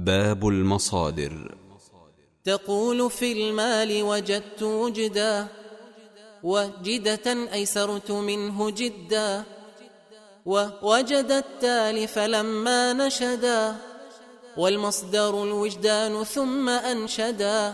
باب المصادر. تقول في المال وجدت وجدا، وجدة أيسرت منه جدا، ووجد التالف لما نشدا، والمصدر الوجدان ثم أنشدا.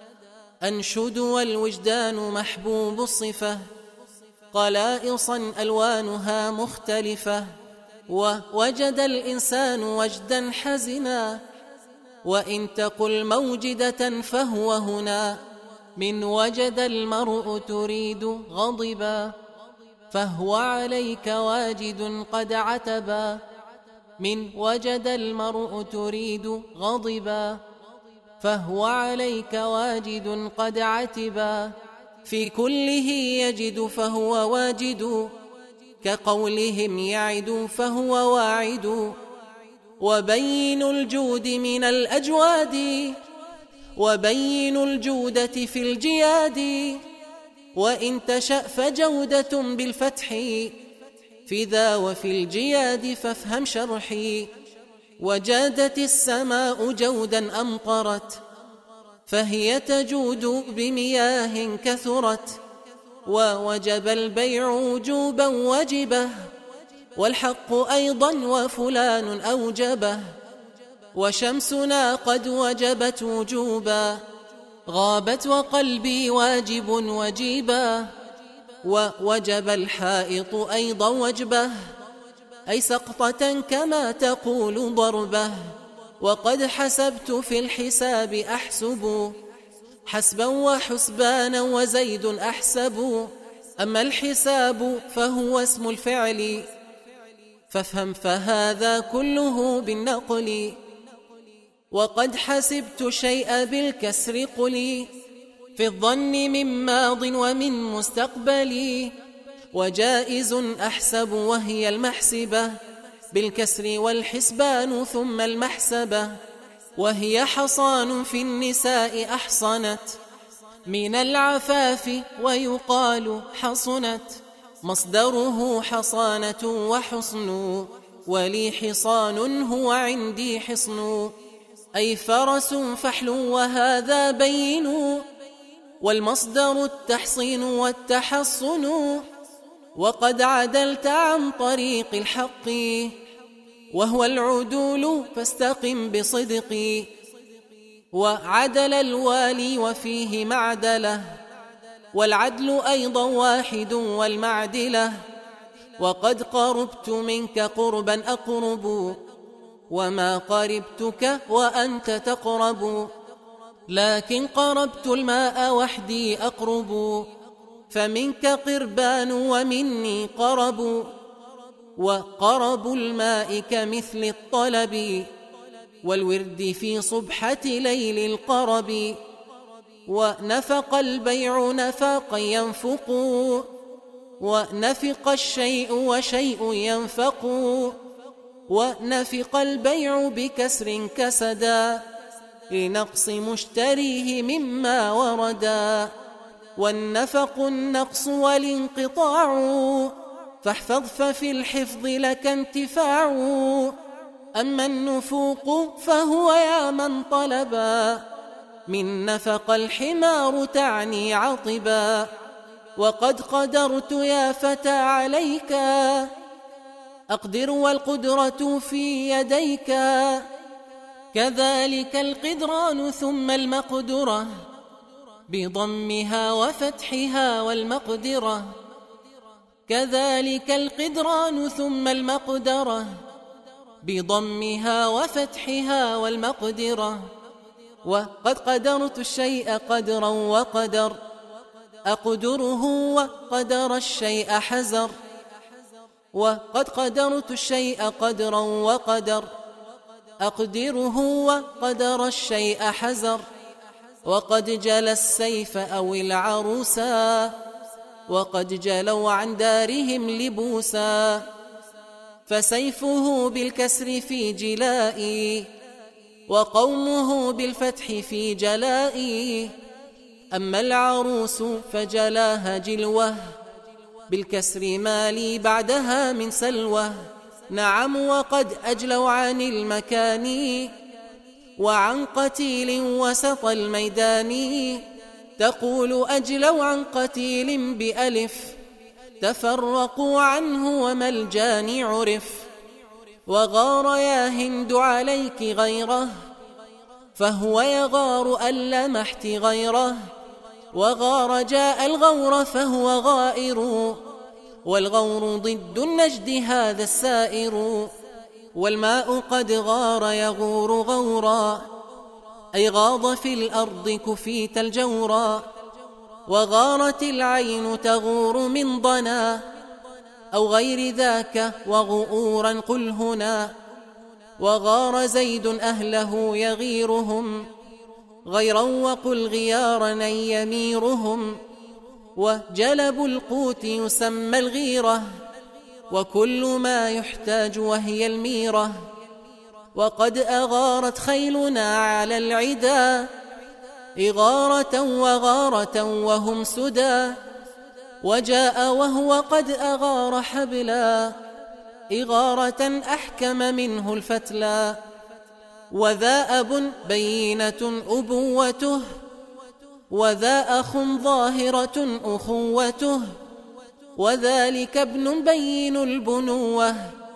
أنشد والوجدان محبوب الصفة، قلائصا ألوانها مختلفة. ووجد الإنسان وجدا حزنا، وإن تقل موجدة فهو هنا. من وجد المرء تريد غضبا، فهو عليك واجد قد عتبا. من وجد المرء تريد غضبا، فهو عليك واجد قد عتبا. في كله يجد فهو واجد، كقولهم يعد فهو واعد. وبين الجود من الأجواد، وبين الجودة في الجياد. وإن تشأ فجودة بالفتح، في ذا وفي الجياد فافهم شرحي. وجادت السماء جودا أمطرت، فهي تجود بمياه كثرت. ووجب البيع وجوبا وجبه، والحق أيضا وفلان أوجبه. وشمسنا قد وجبت وجوبا، غابت وقلبي واجب وجيبا. ووجب الحائط أيضا وجبه، أي سقطة كما تقول ضربه. وقد حسبت في الحساب أحسب، حسبا وحسبانا وزيد أحسب. أما الحساب فهو اسم الفعل، فافهم فهذا كله بالنقل. وقد حسبت الشيء بالكسر قلي، في الظن من ماض ومن مستقبل. وجائز أحسب وهي المحسبة، بالكسر والحسبان ثم المحسبة. وهي حصان في النساء أحصنت، من العفاف ويقال حصنت. مصدره حصانة وحصن، ولي حصان هو عندي حصن. أي فرس فحل وهذا بين، والمصدر التحصين والتحصن. وقد عدلت عن طريق الحق، وهو العدول فاستقم بصدق. وعدل الوالي وفيه معدله، والعدل أيضا واحد والمعدلة. وقد قربت منك قربا أقرب، وما قربتك وأنت تقرب. لكن قربت الماء وحدي أقرب، فمنك قربان ومني قرب. وقرب الماء كمثل الطلب، والورد في صبحة ليل القرب. ونفق البيع نفاقا ينفق، ونفق الشيء وشيء ينفق. ونفق البيع بكسر كسدا، لنقص مشتريه مما وردا. والنفق النقص والانقطاع، فاحفظ ففي الحفظ لك انتفاع. أما النفوق فهو يا من طلبا، من نفق الحمار تعني عطبا. وقد قدرت يا فتى عليك، أقدر والقدرة في يديك. كذلك القدران ثم المقدرة، بضمها وفتحها والمقدرة. كذلك القدران ثم المقدرة، بضمها وفتحها والمقدرة. وقد قدرت الشيء قدرا وقدر، أقدره وقدر الشيء حزر. وقد قدرت الشيء قدرا وقدر، أقدره وقدر الشيء حزر. وقد جلى السيف أو العروسا، وقد جلوا عن دارهم لبوسا. فسيفه بالكسر في جلائي، وقومه بالفتح في جلائي. أما العروس فجلاها جلوة، بالكسر ما لي بعدها من سلوة. نعم وقد أجلوا عن المكان، وعن قتيل وسط الميدان تقول أجلوا عن قتيل بألف تفرقوا عنه وما الجاني عرف وغار يا هند عليك غيره فهو يغار أن لمحت غيره وغار جاء الغور فهو غائر والغور ضد النجد هذا السائر والماء قد غار يغور غورا أي غاض في الأرض كفيت الجورا وغارت العين تغور من ضنا أو غير ذاك وغؤورا قل هنا وغار زيد أهله يغيرهم غيرا وقل غيارا يميرهم وجلب القوت يسمى الغيرة وكل ما يحتاج وهي الميرة وقد أغارت خيلنا على العدا إغارة وغارة وهم سدى وجاء وهو قد أغار حبلا إغارة أحكم منه الفتلا وذا أب بينة أبوته وذا أخ ظاهرة أخوته وذلك ابن بين البنوة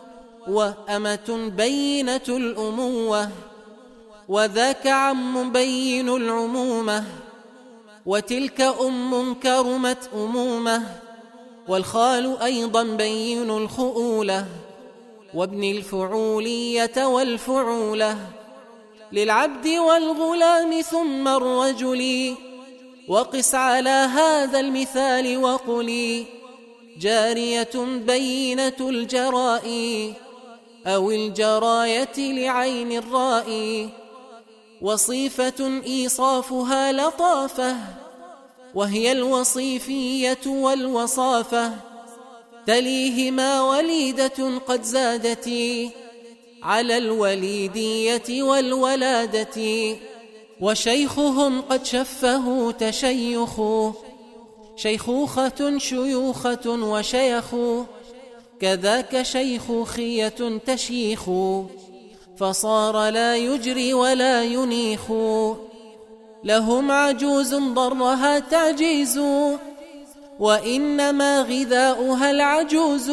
وأمة بينة الأموة وذاك عم بين العمومة وتلك أم كرمت أمومة والخال أيضا بين الخؤولة وابن الفعولية والفعولة للعبد والغلام ثم الرجل وقس على هذا المثال وقلي جارية بينة الجراء أو الجراية لعين الراء وصيفة إيصافها لطافة وهي الوصيفية والوصافة تليهما وليدة قد زادت على الوليدية والولادة وشيخهم قد شفه تشيخ شيخوخة شيوخة وشيخ كذاك شيخوخية تشيخ فصار لا يجري ولا ينيخ لهم عجوز ضرها تعجيز وإنما غذاؤها العجوز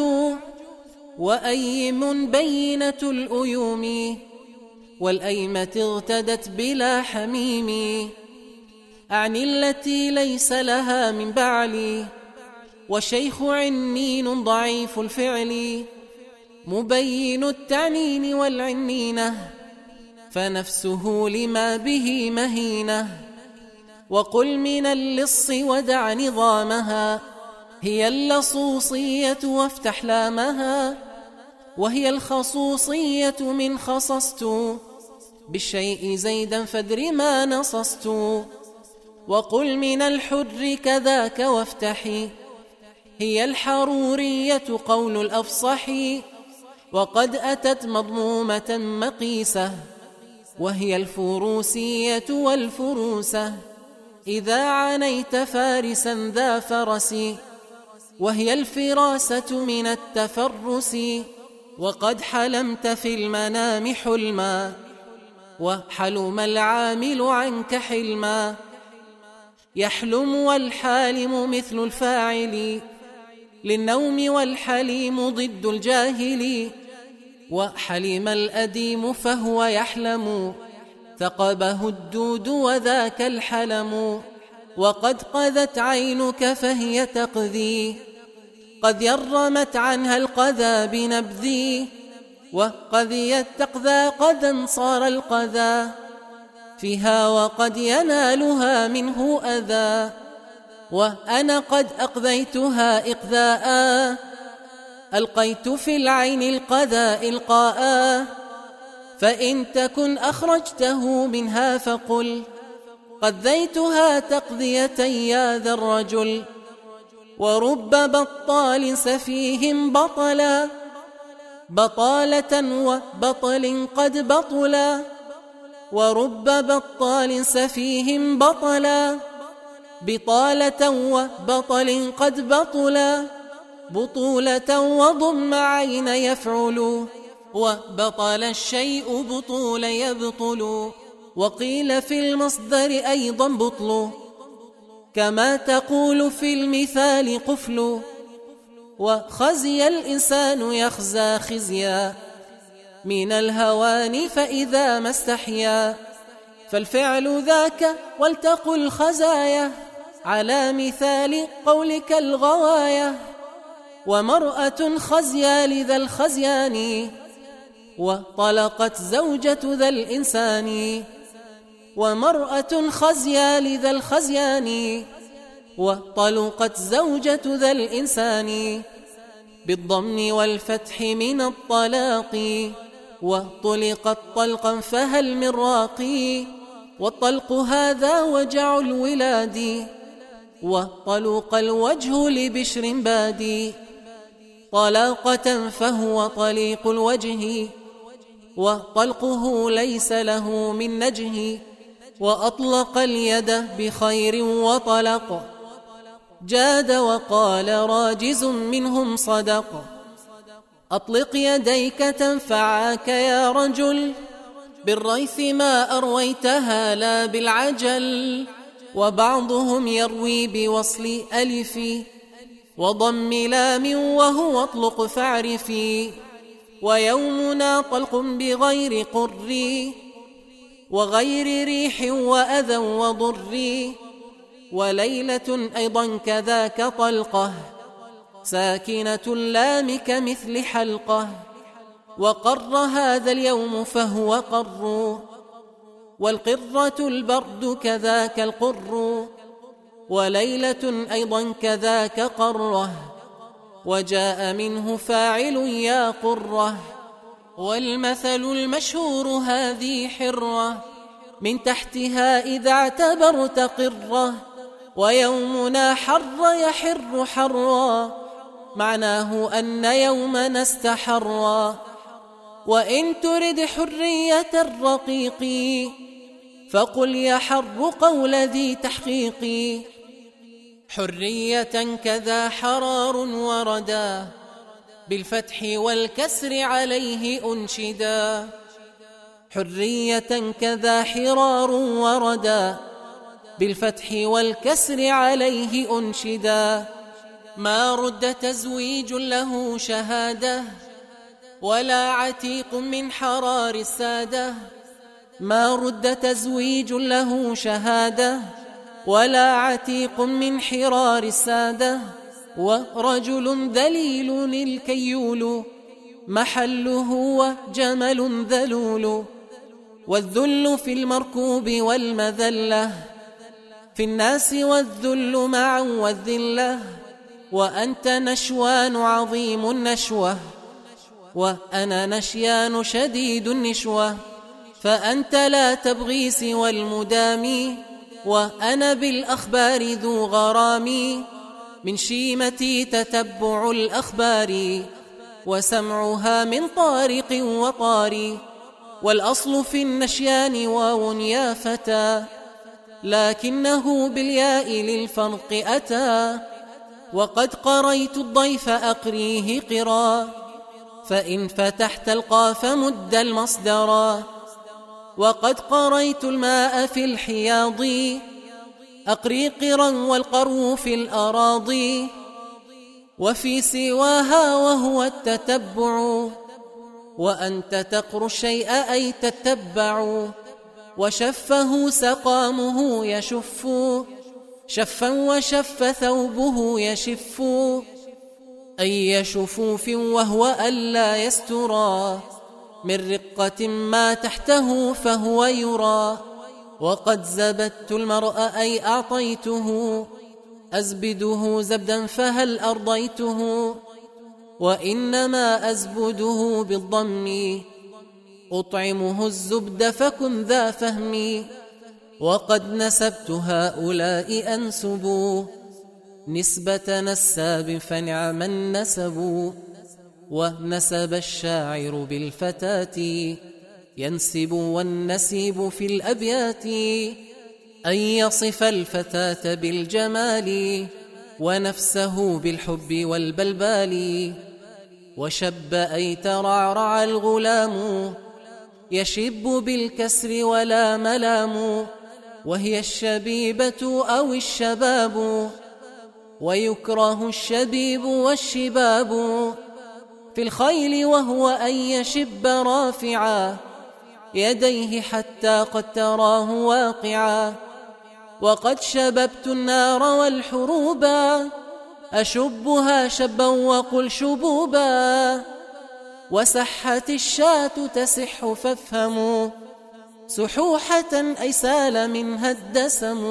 وأيم بينة الأيوم والأيمة اغتدت بلا حميم أعني التي ليس لها من بعلي وشيخ عنين ضعيف الفعل مبين التعنين والعنينة فنفسه لما به مهينة وقل من اللص ودع نظامها هي اللصوصية وافتح لامها وهي الخصوصية من خصصت بالشيء زيدا فادر ما نصصت وقل من الحر كذاك وافتحي هي الحرورية قول الأفصح وقد أتت مضمومة مقيسة وهي الفروسية والفروسة إذا عنيت فارسا ذا فرس وهي الفراسة من التفرس وقد حلمت في المنام حلما وحلم العامل عنك حلما يحلم والحالم مثل الفاعل للنوم والحليم ضد الجاهل وحلم الأديم فهو يحلم ثقبه الدود وذاك الحلم وقد قذت عينك فهي تقذي قد يرمت عنها القذى بنبذي وقذيت تقذى قذا صار القذى فيها وقد ينالها منه أذى وأنا قد أقذيتها إقذاء ألقيت في العين القذى إلقاء فإن تكن أخرجته منها فقل قذيتها تقذية يا ذا الرجل ورب بطال سفيه بطلا بطالة وبطل قد بطلا ورب بطال سفيه بطلا بطالة وبطل قد بطلا بطولة وضم عين يفعل وبطل الشيء بطول يبطل وقيل في المصدر أيضا بطل، كما تقول في المثال قفل. وخزي الإنسان يخزى خزيا من الهوان فإذا ما استحيا، فالفعل ذاك ولتقل خزايا على مثال قولك الغوايا. ومرأة خزيا لذا الخزيان وطلقت زوجة ذا الإنسان. ومرأة خزيا لذا الخزيان وطلقت زوجة ذا الإنسان، بالضم والفتح من الطلاق. وطلقت طلقا فهل من راقي، والطلق هذا وجع الولاد. وطلق الوجه لبشر بادي، طلاقة فهو طليق الوجه، وطلقه ليس له من نجه. وأطلق اليد بخير وطلق، جاد وقال راجز منهم صدق. أطلق يديك تنفعاك يا رجل، بالريث ما أرويتها لا بالعجل. وبعضهم يروي بوصل ألف وضم لام وهو اطلق فاعرفي. ويومنا طلق بغير قر وغير ريح وأذى وضر. وليلة أيضا كذاك طلقه، ساكنة لام كمثل حلقه. وقر هذا اليوم فهو قر، والقرة البرد كذاك القر. وليلة أيضا كذاك قره، وجاء منه فاعل يا قره. والمثل المشهور هذه حرة، من تحتها إذا اعتبرت قرة. ويومنا حر يحر حرا، معناه أن يومنا استحرا. وإن ترد حرية الرقيق فقل يحر قول ذي تحقيق. حرية كذا حرار وردا، بالفتح والكسر عليه أنشدا. حرية كذا حرار وردا، بالفتح والكسر عليه أنشدا. ما رد تزويج له شهادة، ولا عتيق من حرار السادة. ما رد تزويج له شهادة، ولا عتيق من حرار السادة. ورجل ذليل الكيول، محله وجمل ذلول. والذل في المركوب والمذلة، في الناس والذل معا والذلة. وأنت نشوان عظيم النشوة، وأنا نشيان شديد النشوة. فأنت لا تبغي سوى المدام، وأنا بالأخبار ذو غرام. من شيمتي تتبع الأخبار، وسمعها من طارق وطاري. والأصل في النشيان واو يا فتى، لكنه بالياء للفرق أتى. وقد قريت الضيف أقريه قرا، فإن فتحت القاف مد المصدرا. وقد قريت الماء في الحياض، أقري قرا والقرو في الأراضي. وفي سواها وهو التتبع، وأنت تقر الشيء أي تتبع. وشفه سقامه يشف، شفا وشف ثوبه يشف. أي شفوف وهو ألا يسترى، من رقة ما تحته فهو يرى. وقد زبدت المرء أي أعطيته، أزبده زبدا فهل أرضيته. وإنما أزبده بالضم، أطعمه الزبد فكن ذا فهمي. وقد نسبت هؤلاء أنسبوا، نسبة نساب فنعم النسب. ونسب الشاعر بالفتاة، ينسب والنسيب في الأبيات. أن يصف الفتاة بالجمال، ونفسه بالحب والبلبال. وشب أي ترعرع الغلام، يشب بالكسر ولا ملام، وهي الشبيبة أو الشباب، ويكره الشبيب والشباب في الخيل، وهو أن يشب رافعا يديه حتى قد تراه واقعا. وقد شببت النار والحروبا، أشبها شبا وقل شبوبا. وسحت الشاة تسح فافهموا، سحوحة أي سال منها الدسم.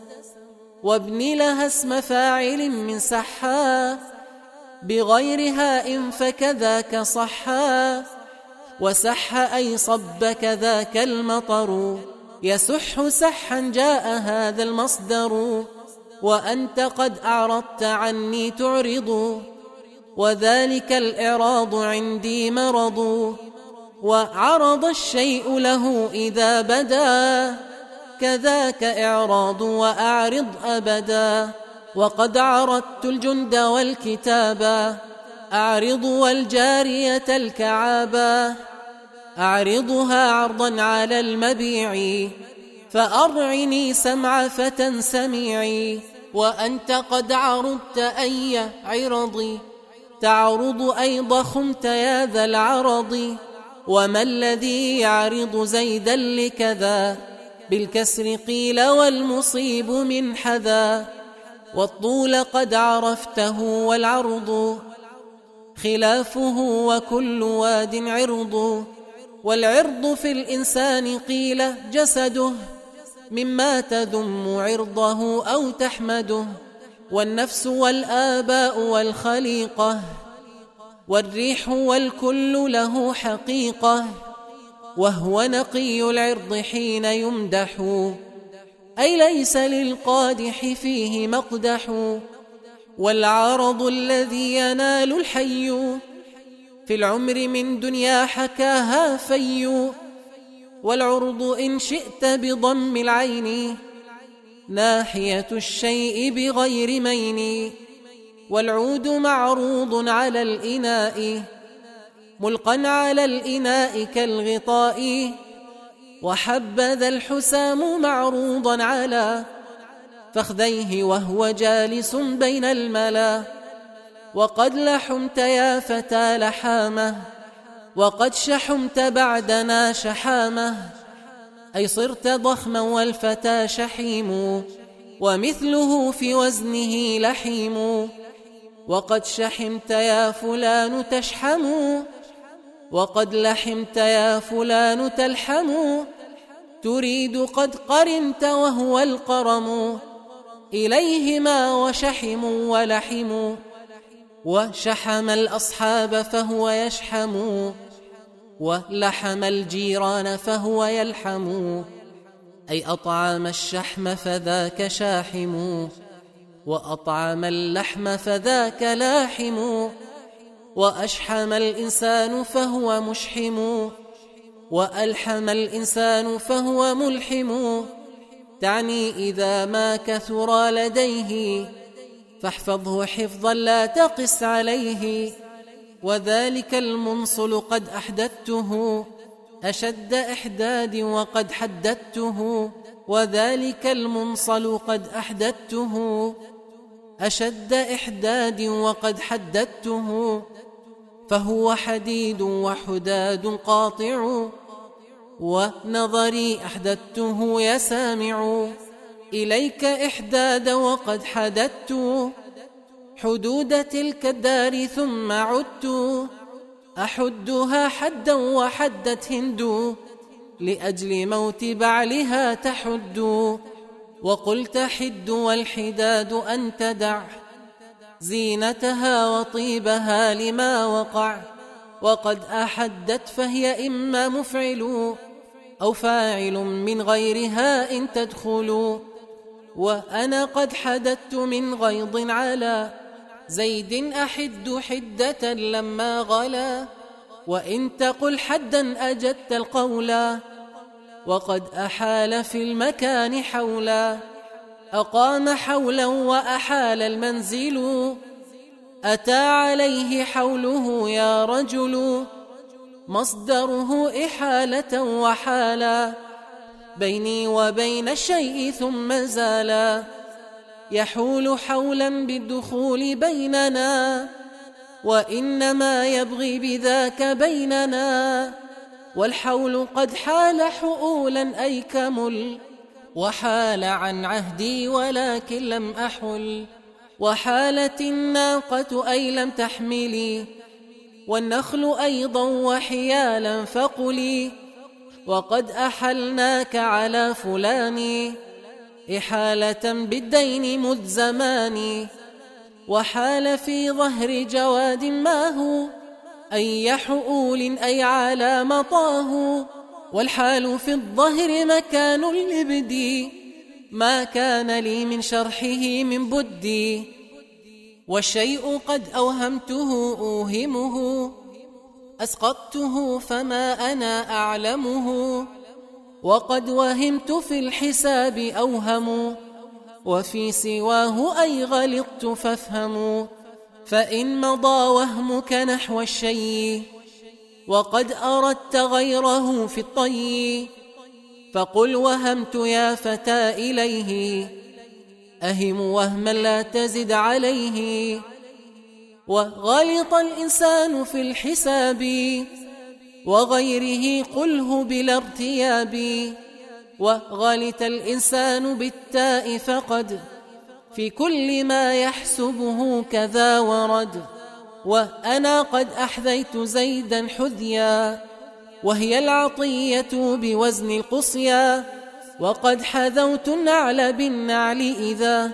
وابن لها اسم فاعل من سحا، بغير هاء فكذاك صحا. وسح أي صب كذاك المطر، يسح سحا جاء هذا المصدر. وأنت قد أعرضت عني تعرض، وذلك الإعراض عندي مرض. وعرض الشيء له إذا بدا، كذاك إعراض وأعرض أبدا. وقد عرضت الجند والكتابا، أعرض والجارية الكعابا. أعرضها عرضا على المبيع، فأرعني سمع فتى سميعي. وأنت قد عرضت أي عرضي، تعرض أي ضخمت يا ذا العرض. وما الذي يعرض زيدا لكذا، بالكسر قيل والمصيب من حذا. والطول قد عرفته والعرض، خلافه وكل واد عرض. والعرض في الإنسان قيل جسده، مما تذم عرضه أو تحمده. والنفس والآباء والخليقة، والريح والكل له حقيقة. وهو نقي العرض حين يمدح، أي ليس للقادح فيه مقدح. والعرض الذي ينال الحي، في العمر من دنيا حكاها في. والعرض إن شئت بضم العين، ناحية الشيء بغير مين. والعود معروض على الإناء، ملقا على الإناء كالغطاء. وحبذا الحسام معروضا على فخذيه، وهو جالس بين الملا. وقد لحمت يا فتى لحامة، وقد شحمت بعدنا شحامة. أي صرت ضخما والفتى شحيم، ومثله في وزنه لحيم. وقد شحمت يا فلان تشحم، وقد لحمت يا فلان تلحم. تريد قد قرنت وهو القرم، إليهما وشحم ولحم. وشحم الأصحاب فهو يشحم، ولحم الجيران فهو يلحم. أي أطعم الشحم فذاك شاحم، وأطعم اللحم فذاك لاحم. وأشحم الإنسان فهو مشحم، وألحم الإنسان فهو ملحم. تعني إذا ما كثر لديه، فاحفظه حفظا لا تقس عليه. وذلك المنصل قد أحددته، أشد إحداد وقد حددته. وذلك المنصل قد أحددته، أشد إحداد وقد حددته. فهو حديد وحداد قاطع، ونظري أحددته يا سامع. إليك إحداد وقد حددت، حدود تلك الدار ثم عدت. أحدها حدا وحدت هند، لأجل موت بعلها تحد. وقلت حد والحداد أن تدع، زينتها وطيبها لما وقع. وقد أحدت فهي إما مفعل أو فاعل من غيرها إن تدخل. وأنا قد حددت من غيض على زيد أحد حدة لما غلا. وإن تقل حدا أجدت القولا، وقد أحال في المكان حولا. أقام حولا وأحال المنزل، أتى عليه حوله يا رجل. مصدره إحالة وحالا بيني وبين الشيء ثم زالا يحول حولا بالدخول بيننا وإنما يبغي بذاك بيننا والحول قد حال حؤولا أي كمل وحال عن عهدي ولكن لم أحل وحالت الناقة أي لم تحملي والنخل أيضا وحيالا فقلي وقد أحلناك على فلان إحالة بالدين مذ زماني وحال في ظهر جواد ما هو أي حؤول أي على مطاه والحال في الظهر مكان الإبدي ما كان لي من شرحه من بدي والشيء قد أوهمته أوهمه أسقطته فما أنا أعلمه وقد وهمت في الحساب أوهم وفي سواه أي غلطت فافهموا فإن مضى وهمك نحو الشيء وقد أردت غيره في الطي فقل وهمت يا فتى إليه أهم وهما لا تزد عليه وغلط الإنسان في الحساب وغيره قله بلا ارتياب وغلط الإنسان بالتاء فقد في كل ما يحسبه كذا ورد وأنا قد أحذيت زيدا حذيا وهي العطية بوزن القصيا وقد حذوت النعل بالنعل إذا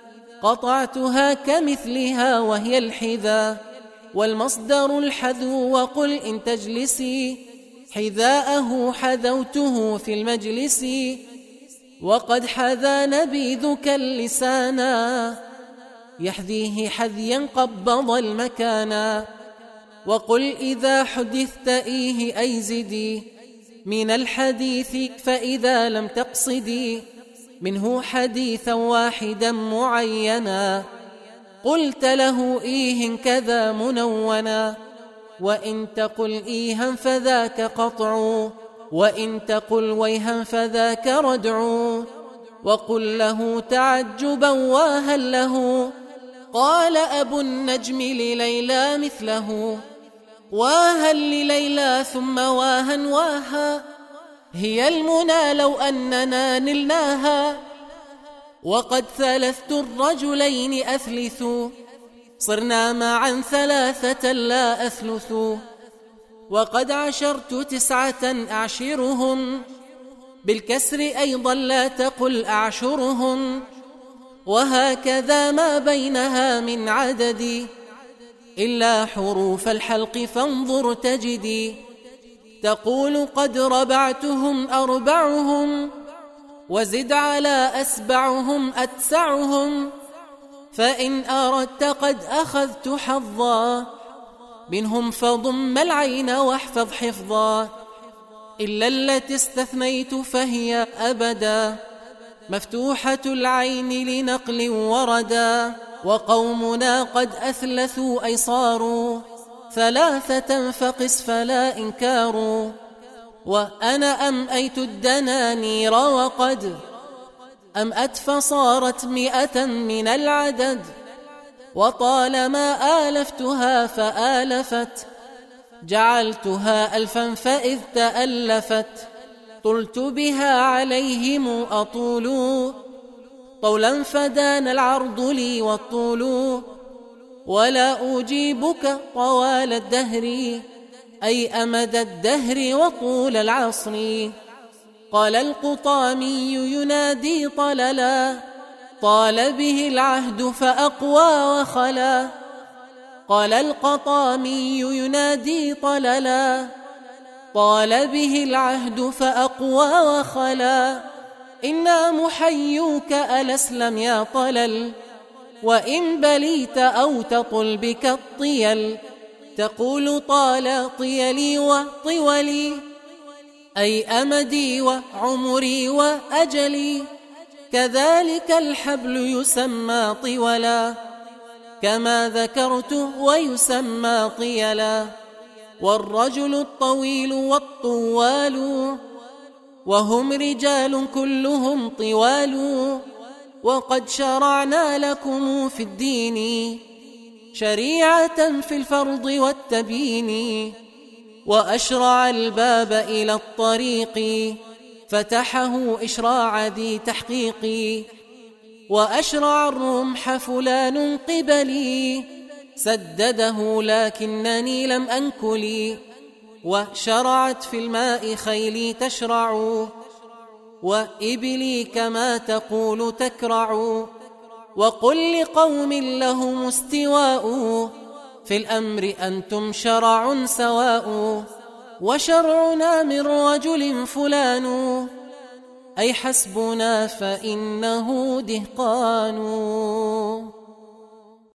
قطعتها كمثلها وهي الحذا والمصدر الحذو وقل إن تجلسي حذاءه حذوته في المجلس وقد حذا نبيذك اللسانا يحذيه حذيا قبض المكانا وقل إذا حدثت إيه أي زدي من الحديث فإذا لم تقصدي منه حديثا واحدا معينا قلت له إيه كذا منونا وإن تقل إيها فذاك قطع وإن تقل ويها فذاك ردع وقل له تعجبا واهل له قال أبو النجم لليلى مثله واها لليلى ثم واها واها هي المنى لو أننا نلناها وقد ثلثت الرجلين أثلث صرنا معا ثلاثة لا أثلث وقد عشرت 9 أعشرهم بالكسر أيضا لا تقل أعشرهم وهكذا ما بينها من عدد إلا حروف الحلق فانظر تجدي تقول قد ربعتهم أربعهم وزد على أسبعهم أتسعهم فإن أردت قد أخذت حظا منهم فضم العين واحفظ حفظا إلا التي استثنيت فهي أبدا مفتوحة العين لنقل وردا وقومنا قد أثلثوا أي صاروا 3 فقس فلا إنكار وأنا أمأيت الدنانير وقد أمأت فصارت 100 من العدد وطالما آلفتها فآلفت جعلتها 1000 فإذ تألفت طلت بها عليهم أطول طولا فدان العرض لي والطول ولا أجيبك طوال الدهر أي أمد الدهر وطول العصر قال القطامي ينادي طللا طال به العهد فأقوى وخلا قال القطامي ينادي طللا طال به العهد فأقوى وخلا إنا محيوك ألسلم يا طلل وإن بليت أو تطل بك الطيل تقول طال طيلي وطولي أي أمدي وعمري وأجلي كذلك الحبل يسمى طولا كما ذكرت ويسمى طيلا والرجل الطويل والطوال وهم رجال كلهم طوال وقد شرعنا لكم في الدين شريعة في الفرض والتبيين وأشرع الباب إلى الطريق فتحه إشراع ذي تحقيق وأشرع الرمح فلان قبلي سدده لكنني لم أنكلي وشرعت في الماء خيلي تشرع وإبلي كما تقول تكرع وقل لقوم لهم استواء في الأمر أنتم شرع سواء وشرعنا من رجل فلان أي حسبنا فإنه دهقان.